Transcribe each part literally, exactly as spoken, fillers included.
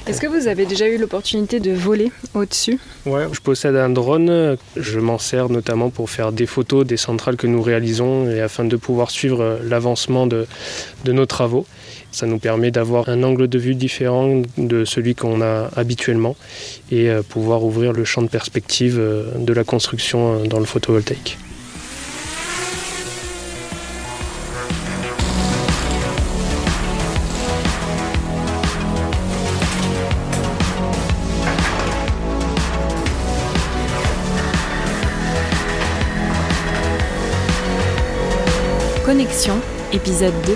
Est-ce que vous avez déjà eu l'opportunité de voler au-dessus ? Ouais, je possède un drone. Je m'en sers notamment pour faire des photos des centrales que nous réalisons et afin de pouvoir suivre l'avancement de, de nos travaux. Ça nous permet d'avoir un angle de vue différent de celui qu'on a habituellement et pouvoir ouvrir le champ de perspective de la construction dans le photovoltaïque. Connexion, épisode deux.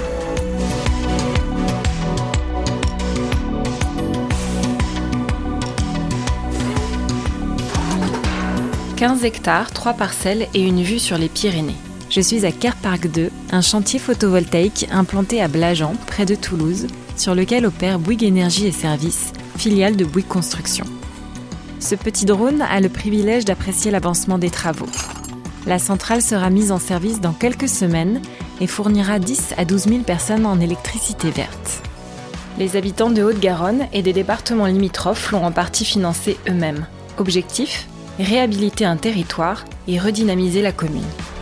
quinze hectares, trois parcelles et une vue sur les Pyrénées. Je suis à Kerparc deux, un chantier photovoltaïque implanté à Blagean, près de Toulouse, sur lequel opère Bouygues Énergie et Services, filiale de Bouygues Construction. Ce petit drone a le privilège d'apprécier l'avancement des travaux. La centrale sera mise en service dans quelques semaines et fournira dix à douze mille personnes en électricité verte. Les habitants de Haute-Garonne et des départements limitrophes l'ont en partie financé eux-mêmes. Objectif : réhabiliter un territoire et redynamiser la commune.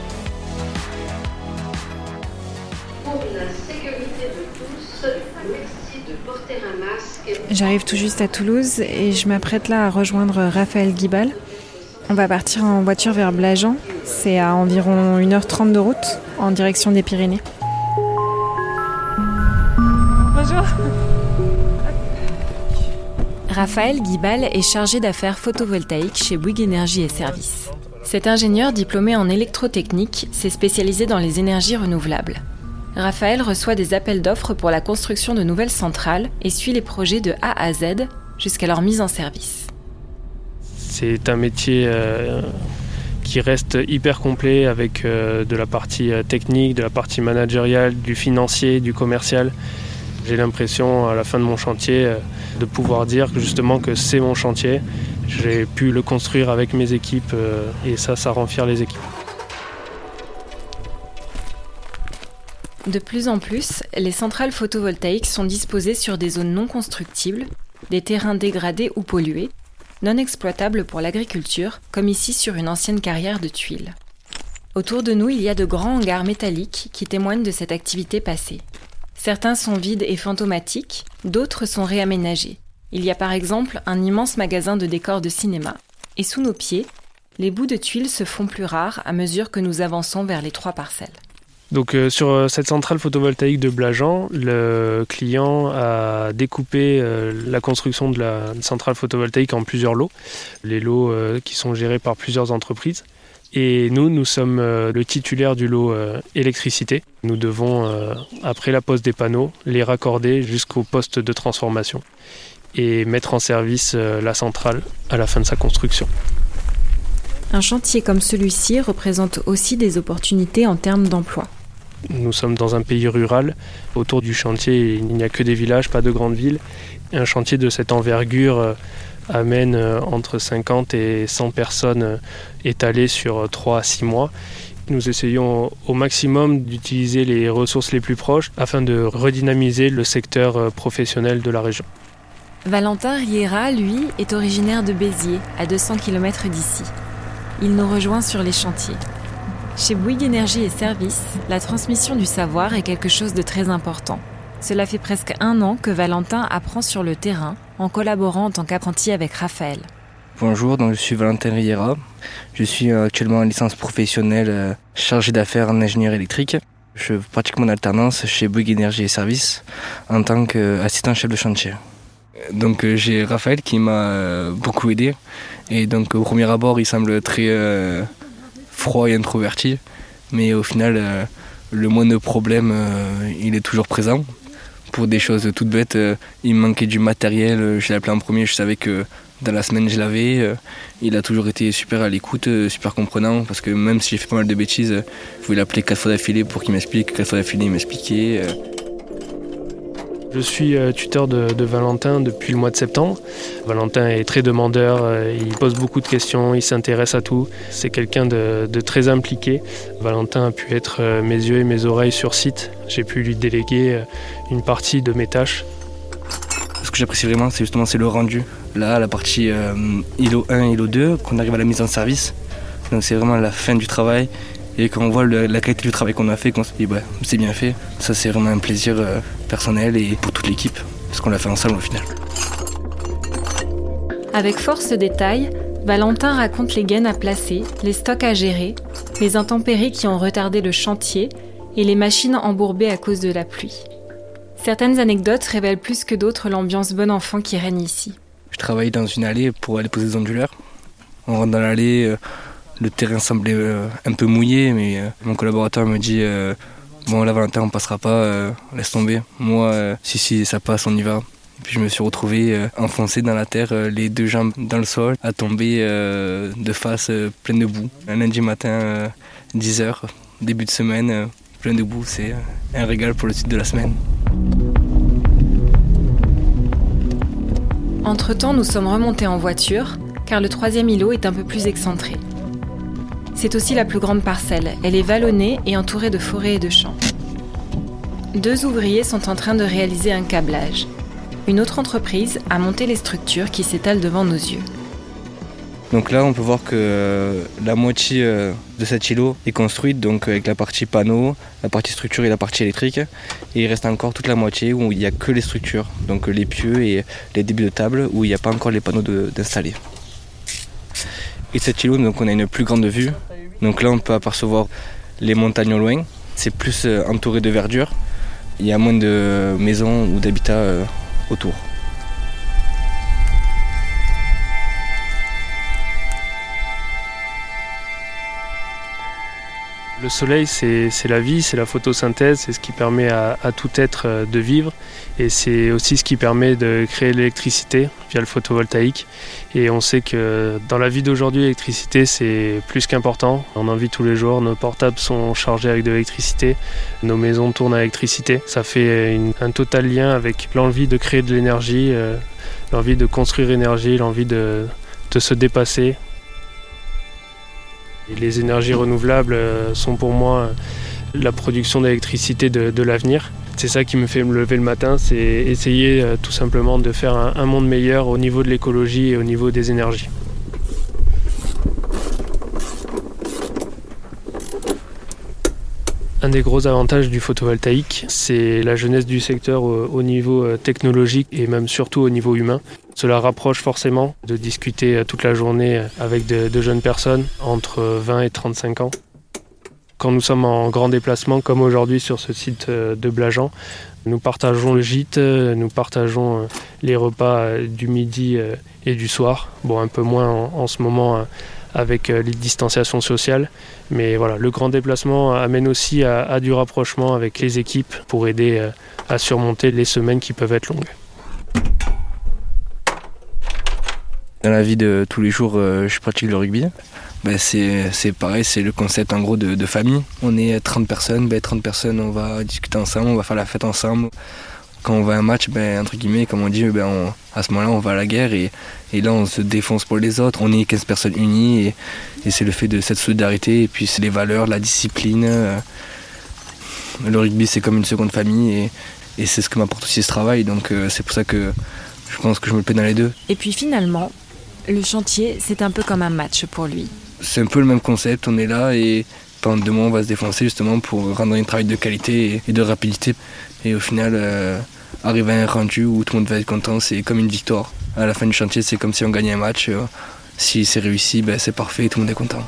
Pour la sécurité de tous, merci de porter un masque. J'arrive tout juste à Toulouse et je m'apprête là à rejoindre Raphaël Guibal. On va partir en voiture vers Blagean. C'est à environ une heure trente de route en direction des Pyrénées. Bonjour. Raphaël Guibal est chargé d'affaires photovoltaïques chez Bouygues Énergie et Services. Cet ingénieur diplômé en électrotechnique s'est spécialisé dans les énergies renouvelables. Raphaël reçoit des appels d'offres pour la construction de nouvelles centrales et suit les projets de A à Z jusqu'à leur mise en service. C'est un métier euh, qui reste hyper complet avec euh, de la partie euh, technique, de la partie managériale, du financier, du commercial. J'ai l'impression à la fin de mon chantier euh, de pouvoir dire que justement que c'est mon chantier. J'ai pu le construire avec mes équipes euh, et ça, ça rend fier les équipes. De plus en plus, les centrales photovoltaïques sont disposées sur des zones non constructibles, des terrains dégradés ou pollués, non exploitables pour l'agriculture, comme ici sur une ancienne carrière de tuiles. Autour de nous, il y a de grands hangars métalliques qui témoignent de cette activité passée. Certains sont vides et fantomatiques, d'autres sont réaménagés. Il y a par exemple un immense magasin de décors de cinéma. Et sous nos pieds, les bouts de tuiles se font plus rares à mesure que nous avançons vers les trois parcelles. Donc euh, sur cette centrale photovoltaïque de Blagean, le client a découpé euh, la construction de la centrale photovoltaïque en plusieurs lots, les lots euh, qui sont gérés par plusieurs entreprises. Et nous, nous sommes euh, le titulaire du lot euh, électricité. Nous devons, euh, après la pose des panneaux, les raccorder jusqu'au poste de transformation et mettre en service euh, la centrale à la fin de sa construction. Un chantier comme celui-ci représente aussi des opportunités en termes d'emploi. Nous sommes dans un pays rural. Autour du chantier, il n'y a que des villages, pas de grandes villes. Un chantier de cette envergure euh, amène euh, entre cinquante et cent personnes euh, étalées sur trois à six mois. Nous essayons au maximum d'utiliser les ressources les plus proches afin de redynamiser le secteur euh, professionnel de la région. Valentin Riera, lui, est originaire de Béziers, à deux cents kilomètres d'ici. Il nous rejoint sur les chantiers. Chez Bouygues Énergie et Services, la transmission du savoir est quelque chose de très important. Cela fait presque un an que Valentin apprend sur le terrain en collaborant en tant qu'apprenti avec Raphaël. Bonjour, donc je suis Valentin Riera. Je suis actuellement en licence professionnelle euh, chargé d'affaires en ingénieur électrique. Je pratique mon alternance chez Bouygues Énergie et Services en tant qu'assistant chef de chantier. Donc euh, j'ai Raphaël qui m'a euh, beaucoup aidé. Et donc au premier abord, il semble très euh, froid et introverti. Mais au final, euh, le moindre problème, euh, il est toujours présent. Pour des choses toutes bêtes, euh, il me manquait du matériel, euh, je l'ai appelé en premier, je savais que dans la semaine je l'avais. Euh, il a toujours été super à l'écoute, euh, super comprenant, parce que même si j'ai fait pas mal de bêtises, euh, je voulais l'appeler quatre fois d'affilée pour qu'il m'explique, quatre fois d'affilée il m'expliquait. Euh. Je suis tuteur de, de Valentin depuis le mois de septembre. Valentin est très demandeur, il pose beaucoup de questions, il s'intéresse à tout. C'est quelqu'un de, de très impliqué. Valentin a pu être mes yeux et mes oreilles sur site. J'ai pu lui déléguer une partie de mes tâches. ce que j'apprécie vraiment, c'est justement c'est le rendu. Là, la partie euh, îlot un, îlot deux, qu'on arrive à la mise en service. Donc c'est vraiment la fin du travail. Et quand on voit le, la qualité du travail qu'on a fait, qu'on se dit bah, c'est bien fait, ça c'est vraiment un plaisir euh, personnel et pour toute l'équipe, parce qu'on l'a fait ensemble au final. Avec force de détail, Valentin raconte les gaines à placer, les stocks à gérer, les intempéries qui ont retardé le chantier et les machines embourbées à cause de la pluie. Certaines anecdotes révèlent plus que d'autres l'ambiance bon enfant qui règne ici. Je travaille dans une allée pour aller poser des onduleurs. On rentre dans l'allée, euh, le terrain semblait euh, un peu mouillé, mais euh, mon collaborateur me dit euh, « Bon là Valentin, on passera pas, euh, laisse tomber. » Moi, euh, si si, ça passe, on y va. Puis je me suis retrouvé euh, enfoncé dans la terre, euh, les deux jambes dans le sol, à tomber euh, de face, euh, pleine de boue. Un lundi matin, euh, dix heures, début de semaine, euh, plein de boue, c'est euh, un régal pour le titre de la semaine. Entre-temps, nous sommes remontés en voiture, car le troisième îlot est un peu plus excentré. C'est aussi la plus grande parcelle. Elle est vallonnée et entourée de forêts et de champs. Deux ouvriers sont en train de réaliser un câblage. Une autre entreprise a monté les structures qui s'étalent devant nos yeux. Donc là, on peut voir que euh, la moitié euh, de cet îlot est construite, donc avec la partie panneau, la partie structure et la partie électrique. Et il reste encore toute la moitié où il n'y a que les structures, donc les pieux et les débuts de table où il n'y a pas encore les panneaux de, d'installer. Et cet îlot, donc on a une plus grande vue. Donc là, on peut apercevoir les montagnes au loin. C'est plus euh, entouré de verdure. Il y a moins de maisons ou d'habitats euh, autour. Le soleil, c'est, c'est la vie, c'est la photosynthèse, c'est ce qui permet à, à tout être de vivre et c'est aussi ce qui permet de créer l'électricité via le photovoltaïque. Et on sait que dans la vie d'aujourd'hui, l'électricité, c'est plus qu'important. On en vit tous les jours, nos portables sont chargés avec de l'électricité, nos maisons tournent à l'électricité. Ça fait une, un total lien avec l'envie de créer de l'énergie, euh, l'envie de construire énergie, l'envie de, de se dépasser. Les énergies renouvelables sont pour moi la production d'électricité de, de l'avenir. C'est ça qui me fait me lever le matin, c'est essayer tout simplement de faire un, un monde meilleur au niveau de l'écologie et au niveau des énergies. Un des gros avantages du photovoltaïque, c'est la jeunesse du secteur au, au niveau technologique et même surtout au niveau humain. Cela rapproche forcément de discuter toute la journée avec de, de jeunes personnes entre vingt et trente-cinq ans. Quand nous sommes en grand déplacement, comme aujourd'hui sur ce site de Blagean, nous partageons le gîte, nous partageons les repas du midi et du soir. Bon, un peu moins en, en ce moment avec les distanciations sociales. Mais voilà, le grand déplacement amène aussi à, à du rapprochement avec les équipes pour aider à surmonter les semaines qui peuvent être longues. Dans la vie de tous les jours, euh, je pratique le rugby. Ben c'est, c'est pareil, c'est le concept en gros de, de famille. On est trente personnes, ben trente personnes, on va discuter ensemble, on va faire la fête ensemble. Quand on va à un match, ben, entre guillemets, comme on dit, ben on, à ce moment-là, on va à la guerre et, et là, on se défonce pour les autres. On est quinze personnes unies et, et c'est le fait de cette solidarité et puis c'est les valeurs, la discipline. Euh, le rugby, c'est comme une seconde famille et, et c'est ce que m'apporte aussi ce travail. Donc euh, c'est pour ça que je pense que je me plais dans les deux. Et puis finalement, le chantier, c'est un peu comme un match pour lui. C'est un peu le même concept, on est là et pendant deux mois, on va se défoncer justement pour rendre un travail de qualité et de rapidité. Et au final, euh, arriver à un rendu où tout le monde va être content, c'est comme une victoire. À la fin du chantier, c'est comme si on gagnait un match. Euh, si c'est réussi, ben, c'est parfait, tout le monde est content.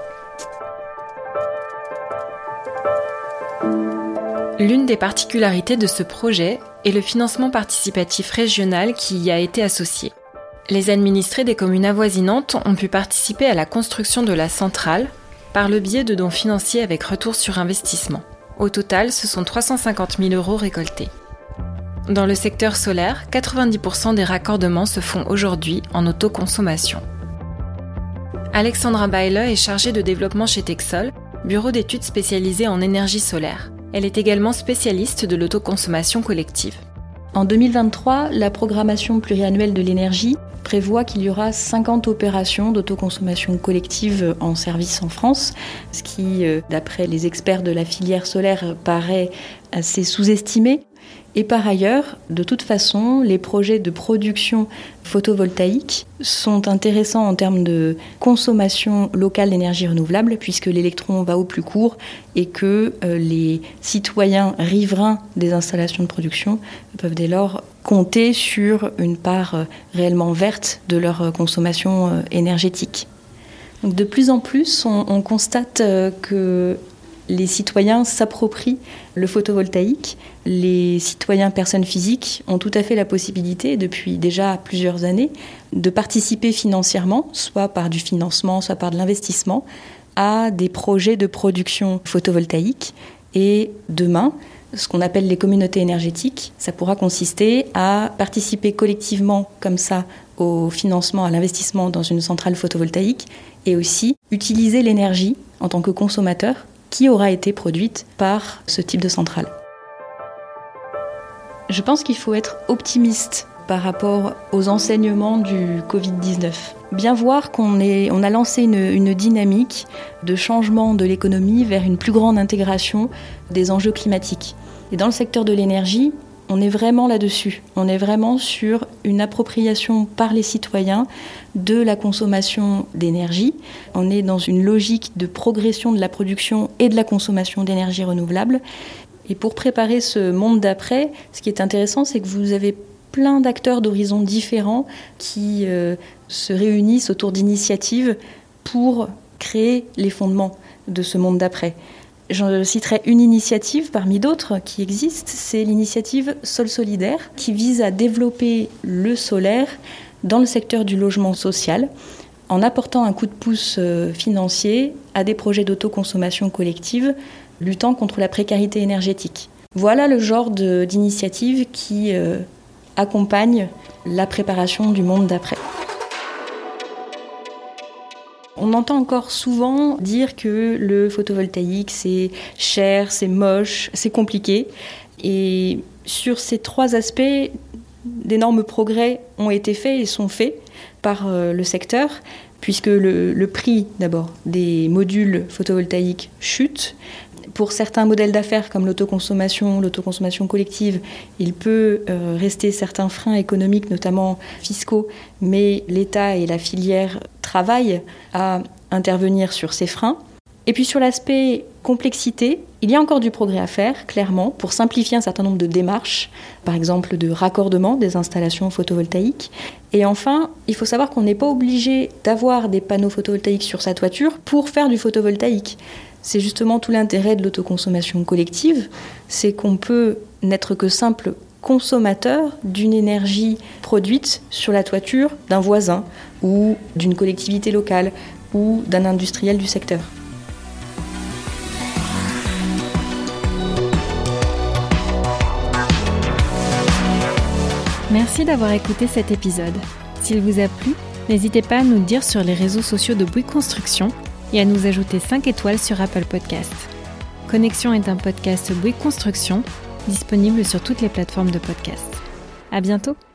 L'une des particularités de ce projet est le financement participatif régional qui y a été associé. Les administrés des communes avoisinantes ont pu participer à la construction de la centrale par le biais de dons financiers avec retour sur investissement. Au total, ce sont trois cent cinquante mille euros récoltés. Dans le secteur solaire, quatre-vingt-dix pour cent des raccordements se font aujourd'hui en autoconsommation. Alexandra Bayle est chargée de développement chez Texol, bureau d'études spécialisé en énergie solaire. Elle est également spécialiste de l'autoconsommation collective. En deux mille vingt-trois, la programmation pluriannuelle de l'énergie prévoit qu'il y aura cinquante opérations d'autoconsommation collective en service en France, ce qui, d'après les experts de la filière solaire, paraît assez sous-estimé. Et par ailleurs, de toute façon, les projets de production photovoltaïque sont intéressants en termes de consommation locale d'énergie renouvelable, puisque l'électron va au plus court et que euh, les citoyens riverains des installations de production peuvent dès lors compter sur une part euh, réellement verte de leur euh, consommation euh, énergétique. Donc de plus en plus, on, on constate euh, que les citoyens s'approprient le photovoltaïque. Les citoyens personnes physiques ont tout à fait la possibilité, depuis déjà plusieurs années, de participer financièrement, soit par du financement, soit par de l'investissement, à des projets de production photovoltaïque. Et demain, ce qu'on appelle les communautés énergétiques, ça pourra consister à participer collectivement comme ça au financement, à l'investissement dans une centrale photovoltaïque et aussi utiliser l'énergie en tant que consommateur qui aura été produite par ce type de centrale. Je pense qu'il faut être optimiste par rapport aux enseignements du covid dix-neuf. Bien voir qu'on est, on a lancé une, une dynamique de changement de l'économie vers une plus grande intégration des enjeux climatiques. Et dans le secteur de l'énergie, on est vraiment là-dessus. On est vraiment sur une appropriation par les citoyens de la consommation d'énergie. On est dans une logique de progression de la production et de la consommation d'énergie renouvelable. Et pour préparer ce monde d'après, ce qui est intéressant, c'est que vous avez plein d'acteurs d'horizons différents qui euh, se réunissent autour d'initiatives pour créer les fondements de ce monde d'après. Je citerai une initiative parmi d'autres qui existent, c'est l'initiative Sol Solidaire qui vise à développer le solaire dans le secteur du logement social en apportant un coup de pouce financier à des projets d'autoconsommation collective luttant contre la précarité énergétique. Voilà le genre de, d'initiative qui euh, accompagne la préparation du monde d'après. On entend encore souvent dire que le photovoltaïque, c'est cher, c'est moche, c'est compliqué. Et sur ces trois aspects, d'énormes progrès ont été faits et sont faits par euh, le secteur, puisque le, le prix, d'abord, des modules photovoltaïques chute. Pour certains modèles d'affaires comme l'autoconsommation, l'autoconsommation collective, il peut euh, rester certains freins économiques, notamment fiscaux, mais l'État et la filière travaillent à intervenir sur ces freins. Et puis sur l'aspect complexité, il y a encore du progrès à faire, clairement, pour simplifier un certain nombre de démarches, par exemple de raccordement des installations photovoltaïques. Et enfin, il faut savoir qu'on n'est pas obligé d'avoir des panneaux photovoltaïques sur sa toiture pour faire du photovoltaïque. C'est justement tout l'intérêt de l'autoconsommation collective, c'est qu'on peut n'être que simple consommateur d'une énergie produite sur la toiture d'un voisin ou d'une collectivité locale ou d'un industriel du secteur. Merci d'avoir écouté cet épisode. S'il vous a plu, n'hésitez pas à nous le dire sur les réseaux sociaux de Bouygues Construction et à nous ajouter cinq étoiles sur Apple Podcast. Connexion est un podcast Bouygues Construction, disponible sur toutes les plateformes de podcast. À bientôt!